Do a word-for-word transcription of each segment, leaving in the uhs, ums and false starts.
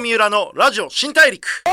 郷三浦のラジオ新大陸。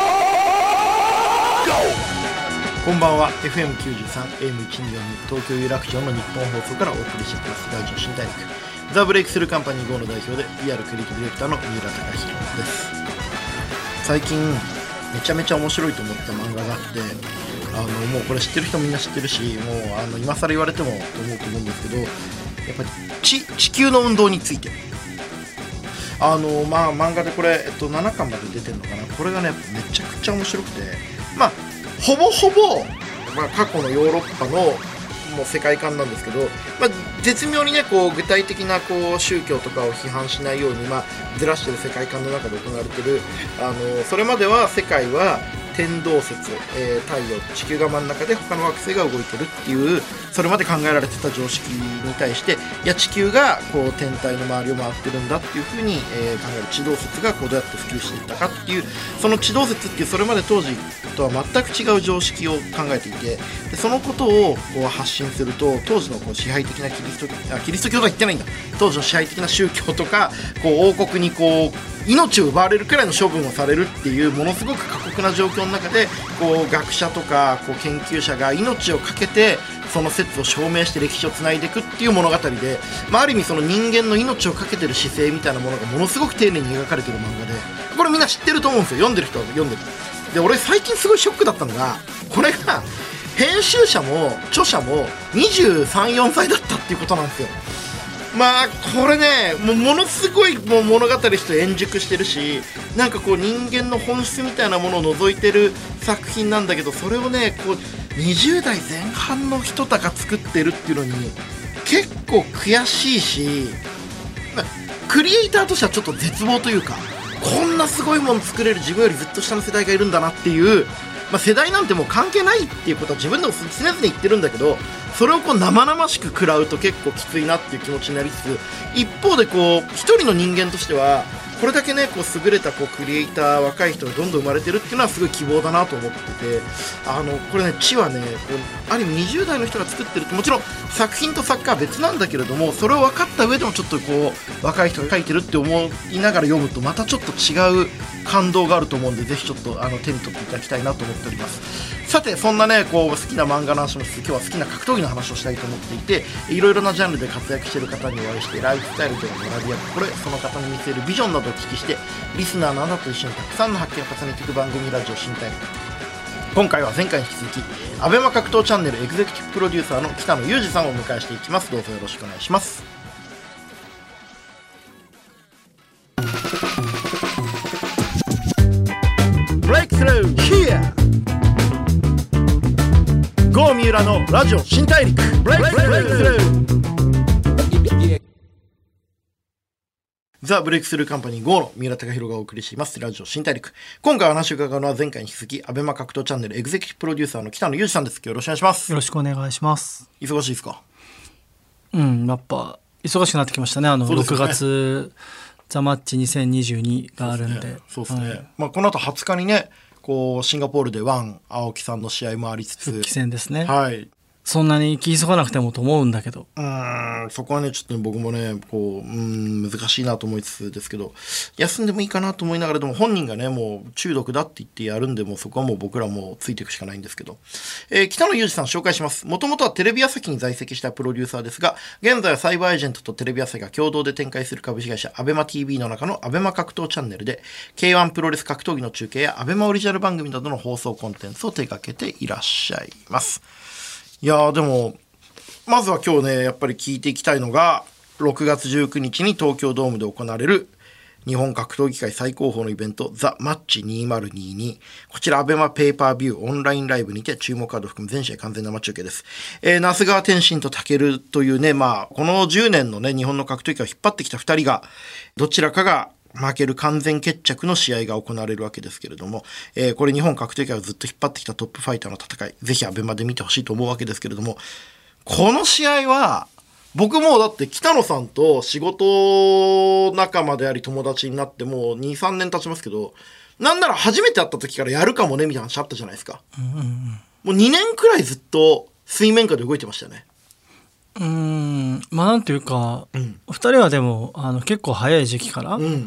こんばんは。 エフエムきゅうじゅうさん エーエムせんにじゅうよん 東京有楽町の日本放送からお送りしていますラジオ新大陸。ザ・ブレイクスルーカンパニー ゴー の代表で ピーアール クリエイティブディレクターの三浦貴大です。最近めちゃめちゃ面白いと思った漫画があって、あのもうこれ知ってる人みんな知ってるし、もうあの今更言われてもと思うと思うんですけど、やっぱり 地, 地球の運動について、あのまあ漫画でこれ、えっと、ななかんまで出てるのかな。これがねめちゃくちゃ面白くて、まあほぼほぼ、まあ、過去のヨーロッパのもう世界観なんですけど、まあ、絶妙にねこう具体的なこう宗教とかを批判しないように、まあ、ずらしてる世界観の中で行われてる、あのそれまでは世界は天動説、えー、太陽地球が真ん中で他の惑星が動いてるっていう、それまで考えられてた常識に対して、いや地球がこう天体の周りを回ってるんだっていう風に、えー、考える地動説がこうどうやって普及していったかっていう、その地動説っていうそれまで当時とは全く違う常識を考えていて、でそのことをこう発信すると、当時のこう支配的なキリストあキリスト教とは言ってないんだ当時の支配的な宗教とかこう王国にこう命を奪われるくらいの処分をされるっていうものすごく過酷な状況の中で、こう学者とかこう研究者が命を懸けてその説を証明して歴史をつないでいくっていう物語で、まあ、ある意味その人間の命を懸けてる姿勢みたいなものがものすごく丁寧に描かれてる漫画で、これみんな知ってると思うんですよ。読んでる人は読んでる。で俺最近すごいショックだったのが、これが編集者も著者もにじゅうさん、よんさいだったっていうことなんですよ。まあこれねもうものすごいもう物語として円熟してるし、なんかこう人間の本質みたいなものを覗いてる作品なんだけど、それをねこうにじゅうだいぜん半の人たが作ってるっていうのに結構悔しいし、まあ、クリエイターとしてはちょっと絶望というか、こんなすごいもの作れる自分よりずっと下の世代がいるんだなっていう、まあ、世代なんてもう関係ないっていうことは自分でも常々言ってるんだけど、それをこう生々しく食らうと結構きついなっていう気持ちになりつつ、一方でこう一人の人間としてはこれだけねこう優れたこうクリエイター若い人がどんどん生まれてるっていうのはすごい希望だなと思ってて、あのこれね地はねこうある意味にじゅうだいの人が作ってるって、もちろん作品と作家は別なんだけれども、それを分かった上でもちょっとこう若い人が書いてるって思いながら読むとまたちょっと違う感動があると思うんで、ぜひちょっとあの手に取っていただきたいなと思っております。さてそんなねこう好きな漫画の話もしつつ、今日は好きな格闘技の話をしたいと思っていて、いろいろなジャンルで活躍している方にお会いして、ライフスタイルというのを学びやこれその方の見せるビジョンなどをお聞きして、リスナーのあなたと一緒にたくさんの発見を重ねていく番組ラジオ新大陸。今回は前回に引き続きアベマ格闘チャンネルエグゼクティブプロデューサーの北野裕二さんをお迎えしていきます。どうぞよろしくお願いします。ブレイクスルー Here 郷三浦のラジオ新大陸。ブレイクスルーザ・ブレイクスルーカンパニー ゴー の三浦貴大がお送りしていますラジオ新大陸。今回お話を伺うのは前回に引き続きアベマ格闘チャンネルエグゼクティブプロデューサーの北野裕二さんです。よろしくお願いします。 よろしくお願いします。 忙しいですか？ うんやっぱ忙しくなってきましたね。あのね、ろくがつザ・マッチにせんにじゅうにがあるんで、 そうですね、はい、まあ、この後はつかにねこうシンガポールでワン青木さんの試合もありつつ復帰戦ですね。 はい、 そんなに気急がなくてもと思うんだけど、 うーんそこはねちょっと、ね、僕もねこううーん難しいなと思いつつですけど、休んでもいいかなと思いながら、でも本人がねもう中毒だって言ってやるんで、もうそこはもう僕らもついていくしかないんですけど、えー、北野裕二さん紹介します。もともとはテレビ朝日に在籍したプロデューサーですが、現在はサイバーエージェントとテレビ朝日が共同で展開する株式会社アベマ ティーブイ の中のアベマ格闘チャンネルで ケーワン プロレス格闘技の中継やアベマオリジナル番組などの放送コンテンツを手掛けていらっしゃいます。いやーでもまずは今日ねやっぱり聞いていきたいのが、ろくがつじゅうくにちに東京ドームで行われる日本格闘技界最高峰のイベントザ・マッチにせんにじゅうに、こちらアベマペーパービューオンラインライブにて注目カードを含む全試合完全生中継です。えー、那須川天心とタケルというね、まあこのじゅうねんのね日本の格闘技界を引っ張ってきたふたりがどちらかが負ける完全決着の試合が行われるわけですけれども、えー、これ日本格闘技界をずっと引っ張ってきたトップファイターの戦い、ぜひアベマで見てほしいと思うわけですけれども、この試合は僕もだって北野さんと仕事仲間であり友達になってもうに、さんねん経ちますけど、なんなら初めて会った時からやるかもねみたいな話あったじゃないですか。うんうんうん、もうにねんくらいずっと水面下で動いてましたよね。 うーんまあなんていうか、うん、ふたりはでもあの結構早い時期から、うん、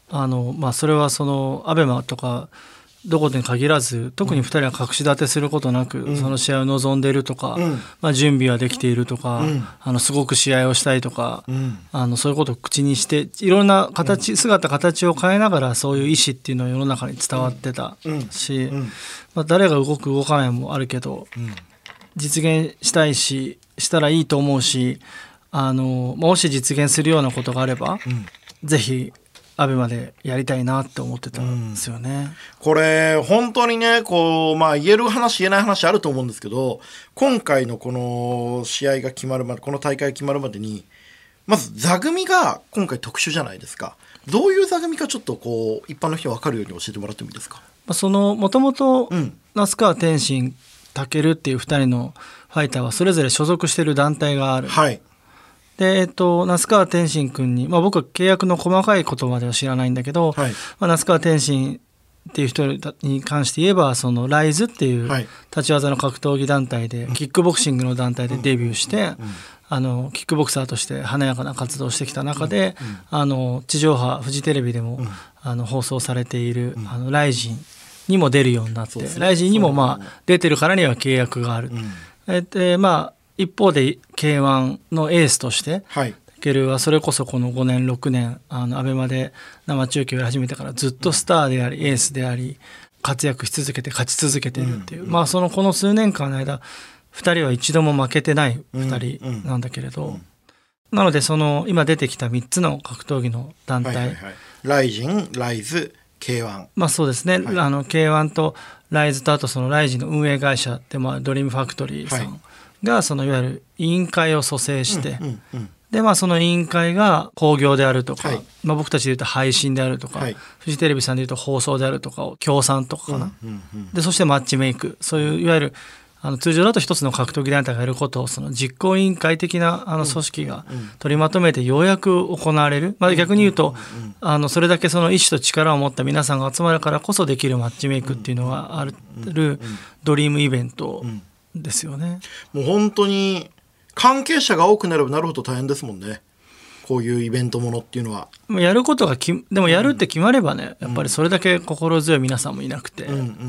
あの、まあ、それはそのアベマとかどこでに限らず特にふたりは隠し立てすることなく、うん、その試合を望んでいるとか、うん、まあ、準備はできているとか、うん、あのすごく試合をしたいとか、うん、あのそういうことを口にしていろんな形、うん、姿形を変えながらそういう意思っていうのは世の中に伝わってたし、うんうん、まあ、誰が動く動かないもあるけど、うん、実現したいししたらいいと思うし、あのもし実現するようなことがあれば、うん、ぜひアベマでやりたいなって思ってたんですよね、うん、これ本当にねこう、まあ、言える話言えない話あると思うんですけど、今回のこの試合が決まるまで、この大会が決まるまでにまず座組が今回特殊じゃないですか。どういう座組かちょっとこう一般の人に分かるように教えてもらってもいいですか。 そのもともと那須川天心武っていうふたりのファイターはそれぞれ所属している団体がある、 はい。 でえっと、那須川天心君に、まあ、僕は契約の細かいことまでは知らないんだけど、はい、まあ、那須川天心っていう人に関して言えばそのライズっていう立ち技の格闘技団体で、はい、キックボクシングの団体でデビューして、うんうん、あのキックボクサーとして華やかな活動をしてきた中で、うんうん、あの地上波フジテレビでも、うん、あの放送されている、うん、あのライジンにも出るようになって、ライジンにも、まあ、出てるからには契約がある、うん、えでまあ一方で ケーワン のエースとして、はい、ケルはそれこそこのごねんろくねんあのアベマで生中継を始めてからずっとスターでありエースであり活躍し続けて勝ち続けているっていう、うん、まあそのこの数年間の間ふたりは一度も負けてないふたりなんだけれど、うんうん、なのでその今出てきたみっつの格闘技の団体、はいはいはい、 ライジン、ライズ、ケーワン、 まあそうですね、はい、あの ケーワン とライズとあとそのライジンの運営会社でもドリームファクトリーさん、はいがそのいわゆる委員会を組成して、うんうんうん、でまあその委員会が興行であるとか、はい、まあ、僕たちでいうと配信であるとか、はい、フジテレビさんでいうと放送であるとかを協賛とかかな、うんうんうん、でそしてマッチメイク、そういういわゆるあの通常だと一つの格闘技団体がやることをその実行委員会的なあの組織が取りまとめてようやく行われる、まあ、逆に言うとあのそれだけその意志と力を持った皆さんが集まるからこそできるマッチメイクっていうのがあるドリームイベントですよね。 もう本当に関係者が多くなればなるほど大変ですもんね、こういうイベントものっていうのは。 やることがきでもやるって決まればね、うん、やっぱりそれだけ心強い皆さんもいなくて、うんうんうんうん、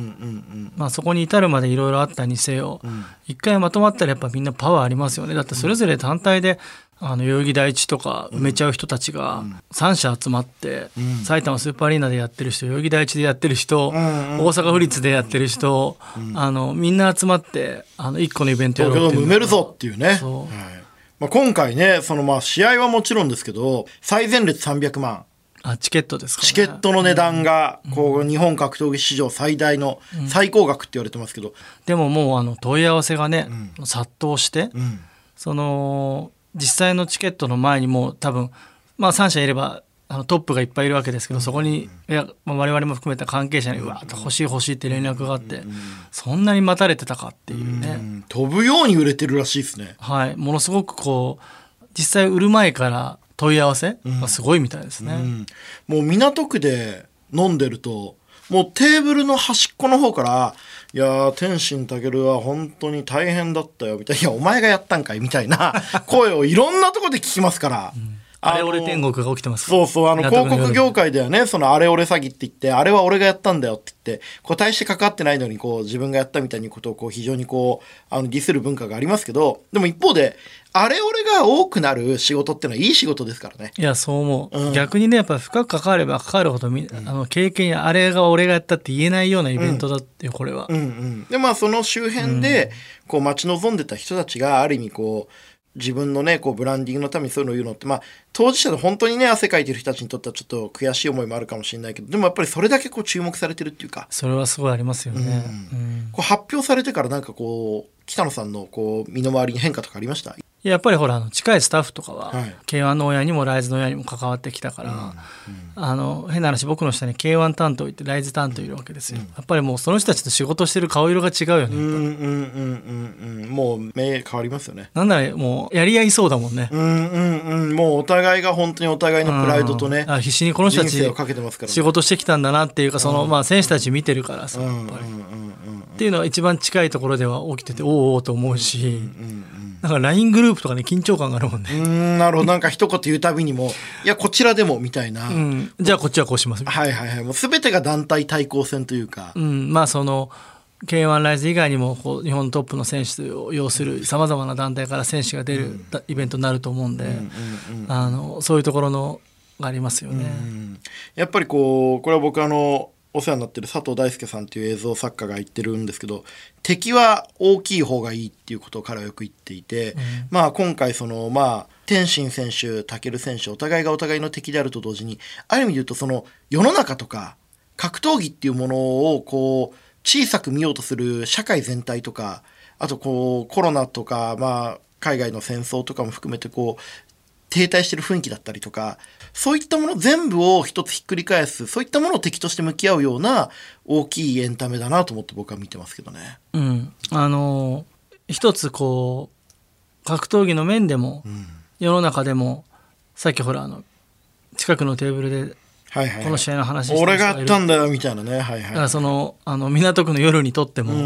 まあ、そこに至るまでいろいろあったにせよ、うん、一回まとまったらやっぱみんなパワーありますよね。だってそれぞれ単体であの代々木第一とか埋めちゃう人たちがさん社集まって、うん、埼玉スーパーアリーナでやってる人、代々木第一でやってる人、うんうん、大阪府立でやってる人、うん、あのみんな集まってあのいっこのイベントやろうっていう、 東京ドーム埋めるぞっていうね。そう、はい、まあ、今回ねそのまあ試合はもちろんですけど最前列さんびゃくまん、 あチケットですかね、 チケットの値段がこう日本格闘技史上最大の最高額って言われてますけど、うん、 でももうあの問い合わせがね、うん、殺到して、うん、その実際のチケットの前にもう多分、まあ、さん社いればあのトップがいっぱいいるわけですけど、そこにいや、まあ、我々も含めた関係者にうわっと欲しい欲しいって連絡があって、そんなに待たれてたかっていうね、うん、 飛ぶように売れてるらしいですね。 はい、ものすごくこう実際売る前から問い合わせがすごいみたいですね、うんうん、 もう港区で飲んでるともうテーブルの端っこの方からいやー天心武は本当に大変だったよみたいな、いやお前がやったんかいみたいな声をいろんなところで聞きますから、うん、 あれ俺天国が起きてますか。 そうそう、あの広告業界ではねそのあれ俺詐欺って言ってあれは俺がやったんだよって言ってこう大して関わってないのにこう自分がやったみたいなことをこう非常にこうあのディスる文化がありますけど、でも一方であれ俺が多くなる仕事ってのはいい仕事ですからね。 いやそう思う、うん、逆にねやっぱ深く関われば関わるほどみ、うん、あの経験やあれが俺がやったって言えないようなイベントだってよ、うん、これは、うんうん、 でまあその周辺でこう待ち望んでた人たちがある意味こう自分のねこうブランディングのためにそういうのを言うのって、まあ当事者で本当にね汗かいてる人たちにとってはちょっと悔しい思いもあるかもしれないけど、でもやっぱりそれだけこう注目されてるっていうか、 それはすごいありますよね、 うんうん、こう発表されてからなんかこう北野さんのこう身の回りに変化とかありました？ やっぱりほらあの近いスタッフとかは、はい、ケーワン の親にもライズの親にも関わってきたから、うんうん、あの変な話僕の下に ケーワン 担当いてライズ担当いるわけですよ、うん、やっぱりもうその人たちと仕事してる顔色が違うよね。うんうんうんうん、もう目変わりますよね。 なんならもうやり合いそうだもんね。 うんうんうん、もうお互いが本当にお互いのプライドとね、 うん、必死にこの人たち仕事してきたんだなっていうか、その、まあ、選手たち見てるからさ、やっぱりっていうのは一番近いところでは起きてておーおーと思うし、うんうんうん、 なんか ライン グループとかね緊張感があるもんね。 うんなるほど。なんか一言言うたびにもいやこちらでもみたいな、 うん、じゃあこっちはこうしますみたいな。 はいはいはい。もう全てが団体対抗戦というか、 うん、まあその ケーワン ライズ以外にもこう日本のトップの選手を要するさまざまな団体から選手が出るイベントになると思うんで、あのそういうところのがありますよね。 うん、やっぱりこうこれは僕あのお世話になってる佐藤大輔さんっていう映像作家が言ってるんですけど、敵は大きい方がいいっていうことを彼はよく言っていて、うん、まあ今回そのまあ天心選手、武選手お互いがお互いの敵であると同時に、ある意味で言うとその世の中とか格闘技っていうものをこう小さく見ようとする社会全体とか、あとこうコロナとか、まあ海外の戦争とかも含めてこう停滞してる雰囲気だったりとか、そういったもの全部を一つひっくり返す、そういったものを敵として向き合うような大きいエンタメだなと思って僕は見てますけどね。 うん、あの一つこう格闘技の面でも、うん、世の中でもさっきほらあの近くのテーブルではいはいはい、この試合の話して俺があったんだよみたいなね、はいはい、だからそのあの港区の夜にとっても、うんうん、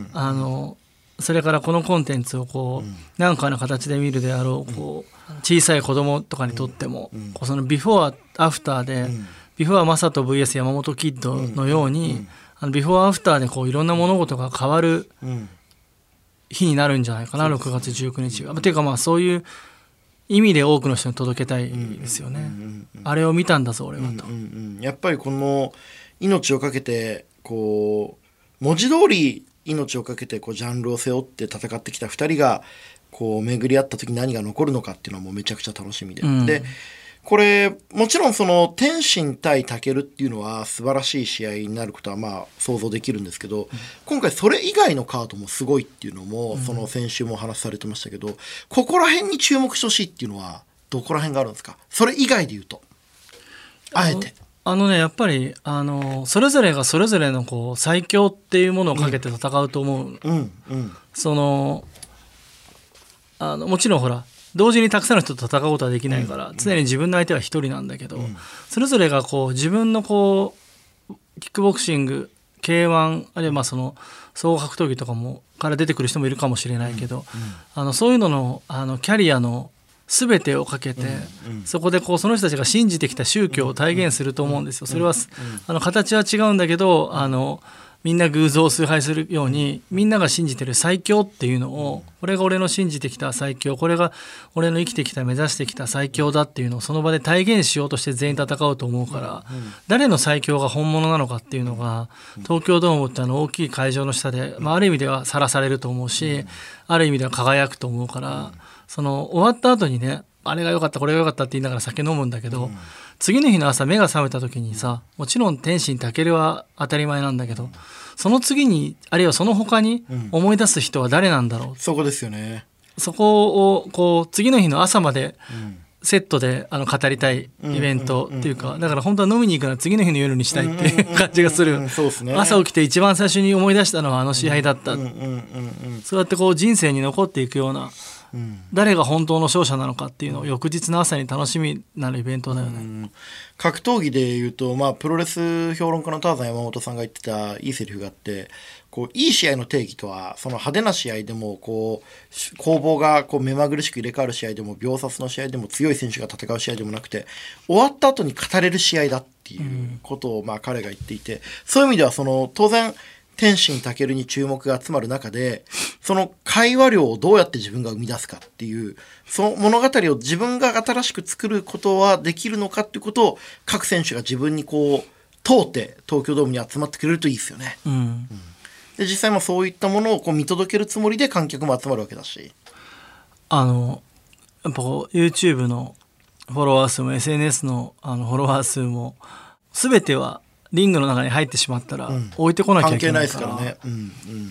あのそれからこのコンテンツをこう、うん、何かの形で見るであろう、こう小さい子供とかにとっても、うんうん、こうそのビフォーアフターで、うん、ビフォーマサト ブイエス 山本キッドのように、うんうん、あのビフォーアフターでこういろんな物事が変わる日になるんじゃないかな、ろくがつじゅうくにちが。っていうかまあそういう意味で多くの人に届けたいですよね、うんうんうんうん、あれを見たんだぞ俺はと、うんうんうん、やっぱりこの命をかけてこう文字通り命をかけてこうジャンルを背負って戦ってきたふたりがこう巡り合った時に何が残るのかっていうのはもうめちゃくちゃ楽しみで、うん、でこれもちろんその天心対武っていうのは素晴らしい試合になることはまあ想像できるんですけど、うん、今回それ以外のカードもすごいっていうのも、うん、その先週もお話しされてましたけど、ここら辺に注目してほしいっていうのはどこら辺があるんですか、それ以外で言うと。あえてあのねやっぱりあのそれぞれがそれぞれのこう最強っていうものをかけて戦うと思う、うんうん、そのあのもちろんほら同時にたくさんの人と戦うことはできないから、うん、常に自分の相手は一人なんだけど、うん、それぞれがこう自分のこうキックボクシング ケーワン あるいはまあその総合格闘技とかもから出てくる人もいるかもしれないけど、うんうん、あのそういうのの、あのキャリアの全てをかけて、うんうん、そこでこうその人たちが信じてきた宗教を体現すると思うんですよ。それは、うんうん、あの形は違うんだけど、あのみんな偶像を崇拝するようにみんなが信じてる最強っていうのを、これが俺の信じてきた最強、これが俺の生きてきた目指してきた最強だっていうのをその場で体現しようとして全員戦うと思うから、誰の最強が本物なのかっていうのが東京ドームってあの大きい会場の下で、まあ、ある意味ではさらされると思うし、ある意味では輝くと思うから、その終わった後にね、あれが良かったこれが良かったって言いながら酒飲むんだけど、次の日の朝目が覚めた時にさ、もちろん天心武は当たり前なんだけど、その次にあるいはその他に思い出す人は誰なんだろう、うん、 そこですよね。そこをこう次の日の朝までセットであの語りたいイベントっていうか、だから本当は飲みに行くのは次の日の夜にしたいっていう感じがする。朝起きて一番最初に思い出したのはあの試合だった。そうやってこう人生に残っていくような、うん、誰が本当の勝者なのかっていうのを翌日の朝に楽しみになるイベントだよね、うん、 格闘技でいうと、まあ、プロレス評論家のターザン山本さんが言ってたいいセリフがあって、こういい試合の定義とはその派手な試合でもこう攻防がこう目まぐるしく入れ替わる試合でも秒殺の試合でも強い選手が戦う試合でもなくて、終わった後に語れる試合だっていうことをまあ彼が言っていて、そういう意味ではその当然天心武に注目が集まる中で、その会話量をどうやって自分が生み出すかっていう、その物語を自分が新しく作ることはできるのかっていうことを各選手が自分にこう通って東京ドームに集まってくれるといいですよね、うんうん、で実際もそういったものをこう見届けるつもりで観客も集まるわけだし、 あのやっぱこう YouTube のフォロワー数も エスエヌエス の, あのフォロワー数も全てはリングの中に入ってしまったら置いてこなきゃいけないから、うん、関係ないですからね、うんうん、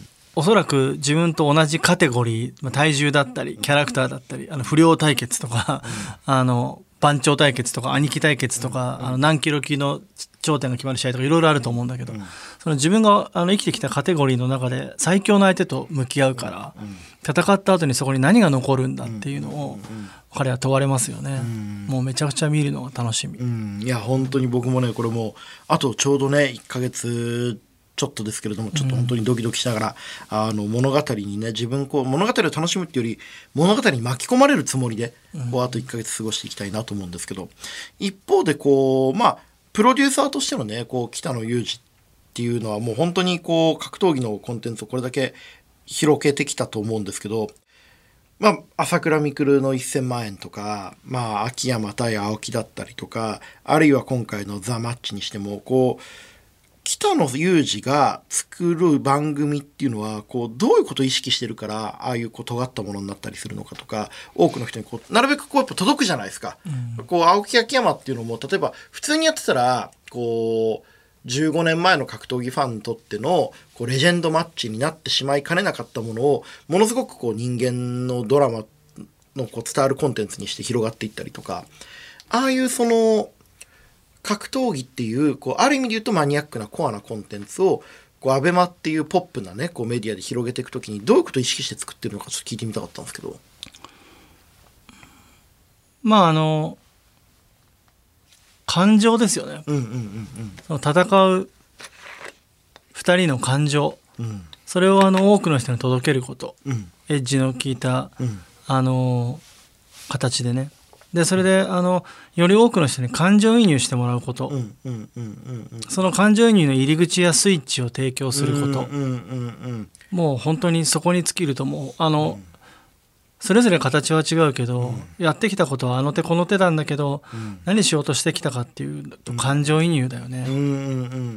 おそらく自分と同じカテゴリー、体重だったりキャラクターだったり、あの不良対決とか、うん、あの番長対決とか兄貴対決とか、うん、あの何キロ級の頂点が決まる試合とかいろいろあると思うんだけど、うん、その自分があの生きてきたカテゴリーの中で最強の相手と向き合うから、うん、戦った後にそこに何が残るんだっていうのを彼は問われますよね、うん、もうめちゃくちゃ見るのが楽しみ、 うん、いや本当に僕もねこれもあとちょうどねいっかげつちょっとですけれどもちょっと本当にドキドキしながら、うん、あの物語にね自分こう物語を楽しむっていうより物語に巻き込まれるつもりでこうあといっかげつ過ごしていきたいなと思うんですけど、一方でこうまあプロデューサーとしてのねこう北野裕二っていうのはもう本当にこう格闘技のコンテンツをこれだけ広げてきたと思うんですけど、まあ、朝倉未来のせんまんえんとか、まあ、秋山対青木だったりとか、あるいは今回のザ・マッチにしても、こう、北野裕二が作る番組っていうのは、こう、どういうことを意識してるから、ああいうこう尖ったものになったりするのかとか、多くの人にこう、なるべくこう、やっぱ届くじゃないですか。うん、こう、青木秋山っていうのも、例えば、普通にやってたら、こう、じゅうごねんまえの格闘技ファンにとってのこうレジェンドマッチになってしまいかねなかったものをものすごくこう人間のドラマのこう伝わるコンテンツにして広がっていったりとか、ああいうその格闘技っていうこうある意味で言うとマニアックなコアなコンテンツをこうアベマっていうポップなねこうメディアで広げていくときにどういうことを意識して作ってるのかちょっと聞いてみたかったんですけど。 まああの感情ですよね、うんうんうんうん、その戦うふたりの感情、うん、それをあの多くの人に届けること、うん、エッジの効いた、うん、あの形でねでそれであのより多くの人に感情移入してもらうこと、うんうんうんうん、その感情移入の入り口やスイッチを提供すること、うんうんうんうん、もう本当にそこに尽きると思う。あの、うんそれぞれ形は違うけど、うん、やってきたことはあの手この手なんだけど、うん、何しようとしてきたかっていうと感情移入だよね、うんうんうん、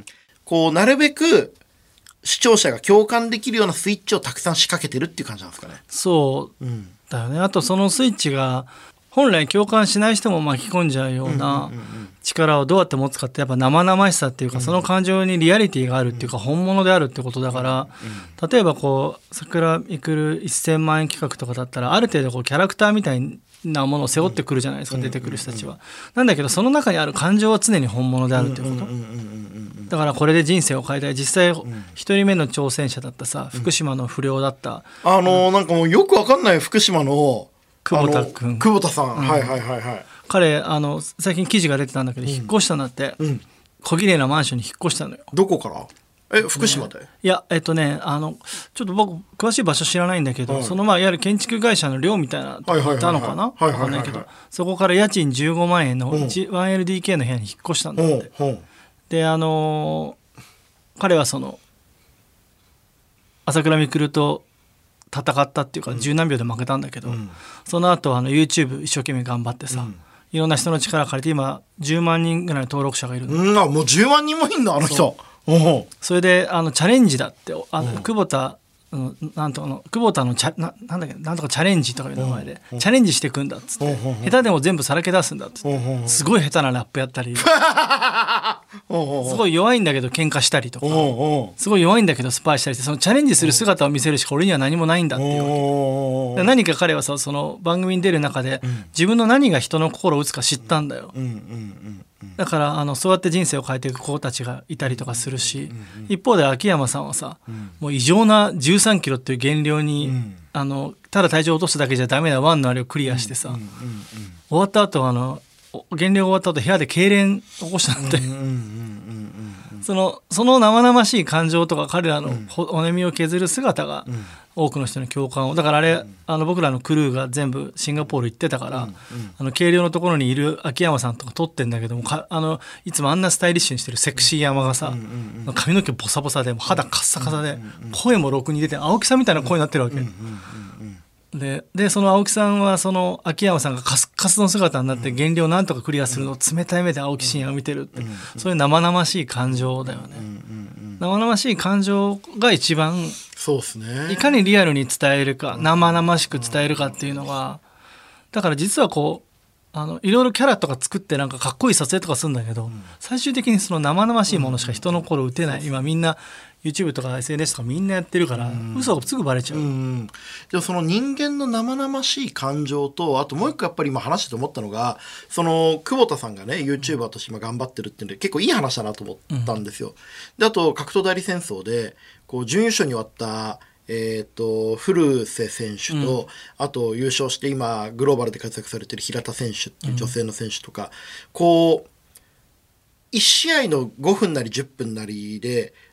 こうなるべく視聴者が共感できるようなスイッチをたくさん仕掛けてるっていう感じなんですかね。 そうだよね。あとそのスイッチが本来共感しない人も巻き込んじゃうような力をどうやって持つかってやっぱ生々しさっていうかその感情にリアリティがあるっていうか本物であるってことだから例えばこう桜みくるせんまんえん企画とかだったらある程度こうキャラクターみたいなものを背負ってくるじゃないですか出てくる人たちは。なんだけどその中にある感情は常に本物であるっていうことだからこれで人生を変えたい。実際一人目の挑戦者だったさ福島の不良だったあのなんかもうよくわかんない福島の久保田君久保田さん、うん、はいはいはいはい彼あの最近記事が出てたんだけど、うん、引っ越したんだって、うん、小綺麗なマンションに引っ越したのよ。 どこからえ福島で、 ね、いやえっとねあのちょっと僕詳しい場所知らないんだけど、はい、そのまあいわゆる建築会社の寮みたいなのいたのかな分かんないけどそこから家賃じゅうごまんえんの ワンエルディーケー の部屋に引っ越したんだって、うん、であのー、彼はその朝倉未来と戦ったっていうか十何秒で負けたんだけど、うん、その後あの YouTube 一生懸命頑張ってさ、うん、いろんな人の力借りて今じゅうまんにんぐらいの登録者がいるの。 うんあもうじゅうまんにんもいんだあの人。 そ, それであのチャレンジだってあの久保田なんとあの久保田のチャ な, なんだっけなんとかチャレンジとかいう名前でチャレンジしていくんだっつって下手でも全部さらけ出すんだっつってすごい下手なラップやったりすごい弱いんだけど喧嘩したりとかすごい弱いんだけどスパイしたりしてそのチャレンジする姿を見せるしか俺には何もないんだっていうわけ。何か彼はさその番組に出る中で自分の何が人の心を打つか知ったんだよ。だからあのそうやって人生を変えていく子たちがいたりとかするし一方で秋山さんはさもう異常なじゅうさんキロっていう減量にあのただ体重を落とすだけじゃダメなワンのあれをクリアしてさ終わった後あの減量終わった後部屋で痙攣起こしたんでそのその生々しい感情とか彼らの骨身を削る姿が多くの人の共感をだからあれあの僕らのクルーが全部シンガポール行ってたからあの軽量のところにいる秋山さんとか撮ってんだけどもかあのいつもあんなスタイリッシュにしてるセクシー山がさ髪の毛ボサボサで肌カッサカサで声もろくに出て青木さんみたいな声になってるわけで, でその青木さんはその秋山さんがカスカスの姿になって減量をなんとかクリアするのを冷たい目で青木真也を見てるってそういう生々しい感情だよね。生々しい感情が一番そうですね。 いかにリアルに伝えるか生々しく伝えるかっていうのがだから実はこうあのいろいろキャラとか作ってなんかかっこいい撮影とかするんだけど、うん、最終的にその生々しいものしか人の心打てない、うん、今みんな YouTube とか エスエヌエス とかみんなやってるから、うん、嘘がすぐバレちゃう、うん、 でもその人間の生々しい感情とあともう一個やっぱり今話してて思ったのがその久保田さんがね YouTuber として今頑張ってるっていうんで結構いい話だなと思ったんですよ、うん、であと格闘代理戦争でこう準優勝に終わったえー、と古瀬選手と、うん、あと優勝して今グローバルで活躍されている平田選手っていう女性の選手とか、うん、こういち試合のごふんなりじゅっぷんなりで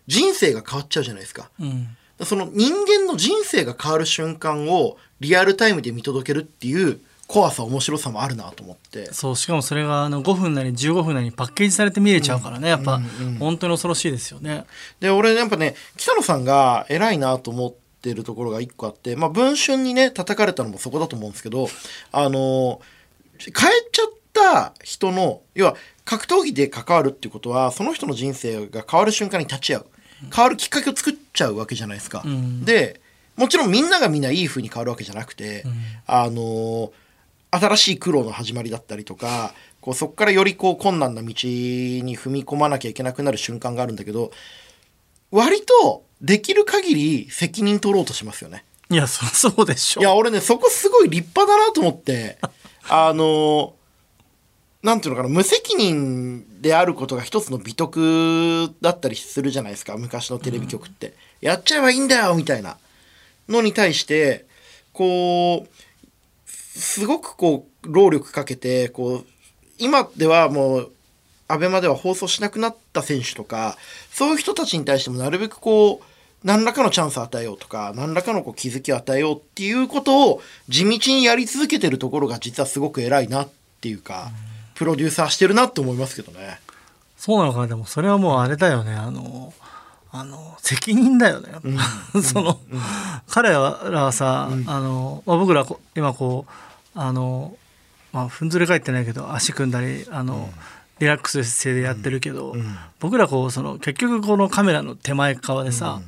人生が変わっちゃうじゃないですか、 うん、 その人間の人生が変わる瞬間をリアルタイムで見届けるっていう怖さ面白さもあるなと思って。 そう、しかもそれがあのごふんなりじゅうごふんなりにパッケージされて見れちゃうからね、やっぱ、うんうん、本当に恐ろしいですよね。 で俺やっぱね北野さんが偉いなと思ってるところが一個あって、まあ、文春にね叩かれたのもそこだと思うんですけど、あの変えちゃった人の要は格闘技で関わるっていうことはその人の人生が変わる瞬間に立ち会う、変わるきっかけを作っちゃうわけじゃないですか、うん、でもちろんみんながみんないい風に変わるわけじゃなくて、うん、あの新しい苦労の始まりだったりとかこうそこからよりこう困難な道に踏み込まなきゃいけなくなる瞬間があるんだけど、割とできる限り責任取ろうとしますよね。 いや そ, そうでしょ。 いや俺ねそこすごい立派だなと思ってあのなんていうのかな、無責任であることが一つの美徳だったりするじゃないですか、昔のテレビ局って、うん、やっちゃえばいいんだよみたいなのに対してこうすごくこう労力かけてこう今ではもうアベマでは放送しなくなった選手とかそういう人たちに対してもなるべくこう何らかのチャンスを与えようとか何らかのこう気づきを与えようっていうことを地道にやり続けてるところが実はすごく偉いなっていうか、うん、プロデューサーしてるなって思いますけどね。 そうなのかな。でもそれはもうあれだよね、あのあの責任だよね、うん、その、うん、彼らはさ、うん、あのまあ、僕ら今こうあの、まあ、ふんずれ返ってないけど足組んだりあの、うん、リラックスしてやってるけど、うんうん、僕らこうその結局このカメラの手前側でさ、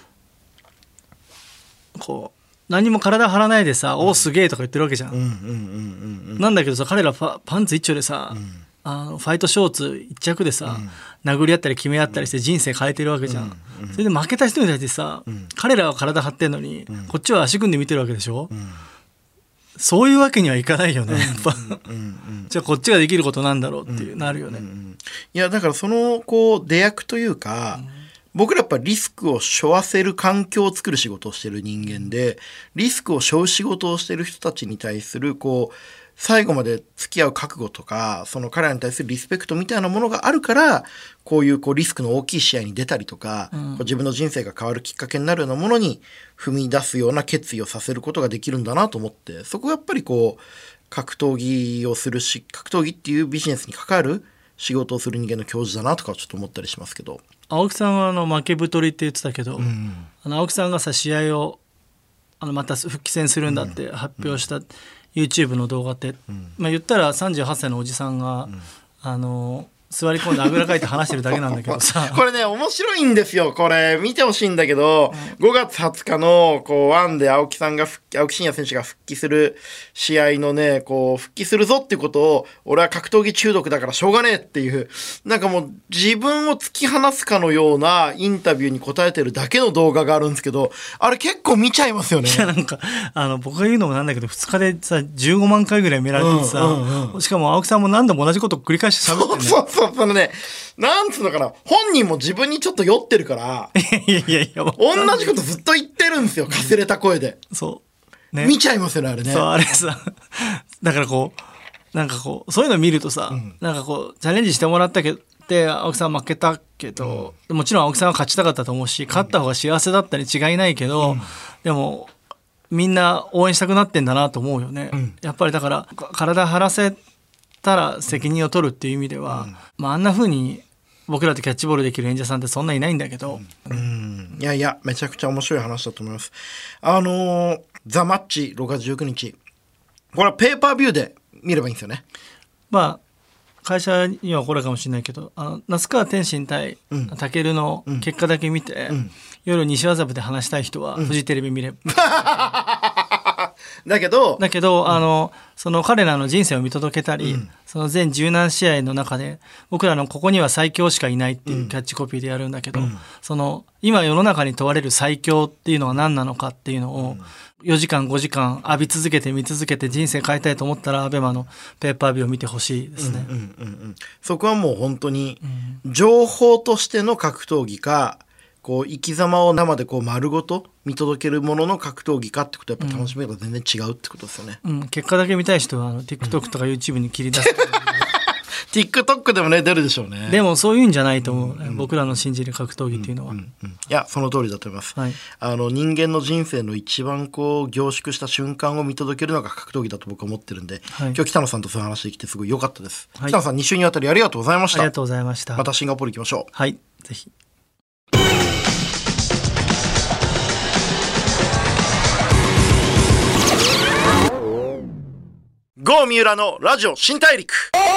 うん、こう何も体張らないでさ、うん、おすげえとか言ってるわけじゃん。なんだけどさ彼ら パ, パンツ一丁でさ、うん、あのファイトショーツ一着でさ、うん、殴り合ったり決め合ったりして人生変えてるわけじゃん、うんうん、それで負けた人に対してさ、うん、彼らは体張ってんのに、うん、こっちは足組んで見てるわけでしょ、うん、そういうわけにはいかないよね、やっぱ、うんうん、じゃあこっちができることなんだろうっていう、うん、なるよね、うんうん、 いやだからそのこう出役というか、うん、僕らやっぱリスクを背負わせる環境を作る仕事をしてる人間で、リスクを背負う仕事をしてる人たちに対するこう最後まで付き合う覚悟とかその彼らに対するリスペクトみたいなものがあるからこういうこうリスクの大きい試合に出たりとか、うん、こう自分の人生が変わるきっかけになるようなものに踏み出すような決意をさせることができるんだなと思って、そこがやっぱりこう格闘技をするし格闘技っていうビジネスに関わる仕事をする人間の教授だなとかちょっと思ったりしますけど、 青木さんはあの負け太りって言ってたけど、うん、あの青木さんがさ試合をあのまた復帰戦するんだって発表した、うんうんYouTube の動画って、うんまあ、言ったらさんじゅうはっさいのおじさんが、うん、あの座り込んであぐらかいて話してるだけなんだけどさこれね面白いんですよ、これ見てほしいんだけど、うん、ごがつはつかのこうワンで青木さんが青木真也選手が復帰する試合のねこう復帰するぞっていうことを俺は格闘技中毒だからしょうがねえっていうなんかもう自分を突き放すかのようなインタビューに答えてるだけの動画があるんですけど、あれ結構見ちゃいますよね。 いやなんかあの僕が言うのもなんだけどふつかでさじゅうごまんかいぐらい見られてさ、うんうんうん、しかも青木さんも何度も同じことを繰り返して喋ってね。 そうそうそうそのねなんつうのかな、本人も自分にちょっと酔ってるからいやいやいや同じことずっと言ってるんですよ、かすれた声で。 そう、 ね、見ちゃいますよねあれね。 そうあれさだからこうなんかこうそういうの見るとさ、うん、なんかこうチャレンジしてもらったけどで青木さん負けたけど、うん、もちろん青木さんは勝ちたかったと思うし勝った方が幸せだったに違いないけど、うん、でもみんな応援したくなってんだなと思うよね、うん、やっぱりだから体張らせたら責任を取るっていう意味では、うんまあ、あんな風に僕らとキャッチボールできる演者さんってそんないないんだけど、 うん、いやいやめちゃくちゃ面白い話だと思います。あのー、ザ・マッチろくがつじゅうくにちこれはペーパービューで見ればいいんですよね。 まあ会社にはこれかもしれないけどあの那須川天心対武の結果だけ見て、うんうん、夜西麻布で話したい人はフジテレビ見れば、うんだけどだけど、うん、あのその彼らの人生を見届けたり、うん、その全十何試合の中で僕らのここには最強しかいないっていうキャッチコピーでやるんだけど、うん、その今世の中に問われる最強っていうのは何なのかっていうのをよじかんごじかん浴び続けて見続けて人生変えたいと思ったらアベマのペーパービューを見てほしいですね、 うんうんうんうん、そこはもう本当に情報としての格闘技かこう生き様を生でこう丸ごと見届けるものの格闘技かってことはやっぱ楽しみ方が全然違うってことですよね、 うんうん、結果だけ見たい人はあの TikTok とか YouTube に切り出す、うん、 TikTok でもね出るでしょうね。 でもそういうんじゃないと思う、うん、僕らの信じる格闘技っていうのは、うんうんうん、いやその通りだと思います、はい、あの人間の人生の一番こう凝縮した瞬間を見届けるのが格闘技だと僕は思ってるんで、はい、今日北野さんとそういう話できてすごい良かったです、はい、北野さんに週にわたりありがとうございました。 ありがとうございました。 またシンガポール行きましょう。 はい、ぜひ。 郷三浦のラジオ新大陸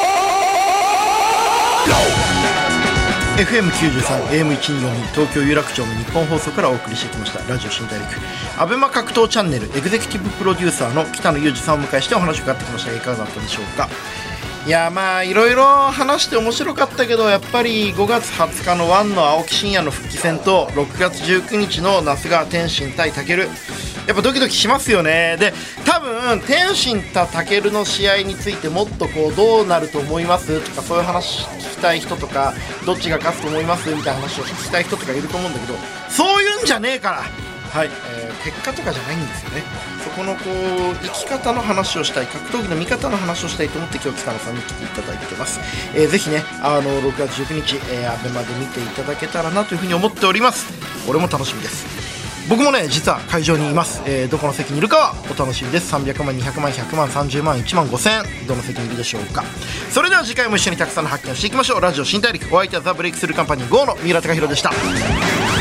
エフエムきゅうじゅうさん エーエムせんひゃくにじゅうに 東京有楽町の日本放送からお送りしてきましたラジオ新大陸アベマ格闘チャンネルエグゼクティブプロデューサーの北野裕二さんをお迎えしてお話を伺ってきましたがいかがだったでしょうか。いやまあいろいろ話して面白かったけどやっぱりごがつはつかのワンの青木真也の復帰戦とろくがつじゅうくにちの那須川天心対武尊やっぱドキドキしますよね。で多分天心と武の試合についてもっとこうどうなると思いますとかそういう話聞きたい人とかどっちが勝つと思いますみたいな話を聞きたい人とかいると思うんだけどそういうんじゃねえからはい、えー、結果とかじゃないんですよね。そこのこう生き方の話をしたい格闘技の見方の話をしたいと思って今日北野さんに来ていただいてます、えー、ぜひねあのろくがつじゅうくにち、えー、アベマで見ていただけたらなというふうに思っております。俺も楽しみです。僕もね実は会場にいます、えー、どこの席にいるかはお楽しみです。さんびゃくまんにひゃくまんひゃくまんさんじゅうまんいちまんごせんえんどの席にいるでしょうか。それでは次回も一緒にたくさんの発見をしていきましょう。ラジオ新大陸お相手はザ・ブレイクスルーカンパニーゴーの三浦貴大でした。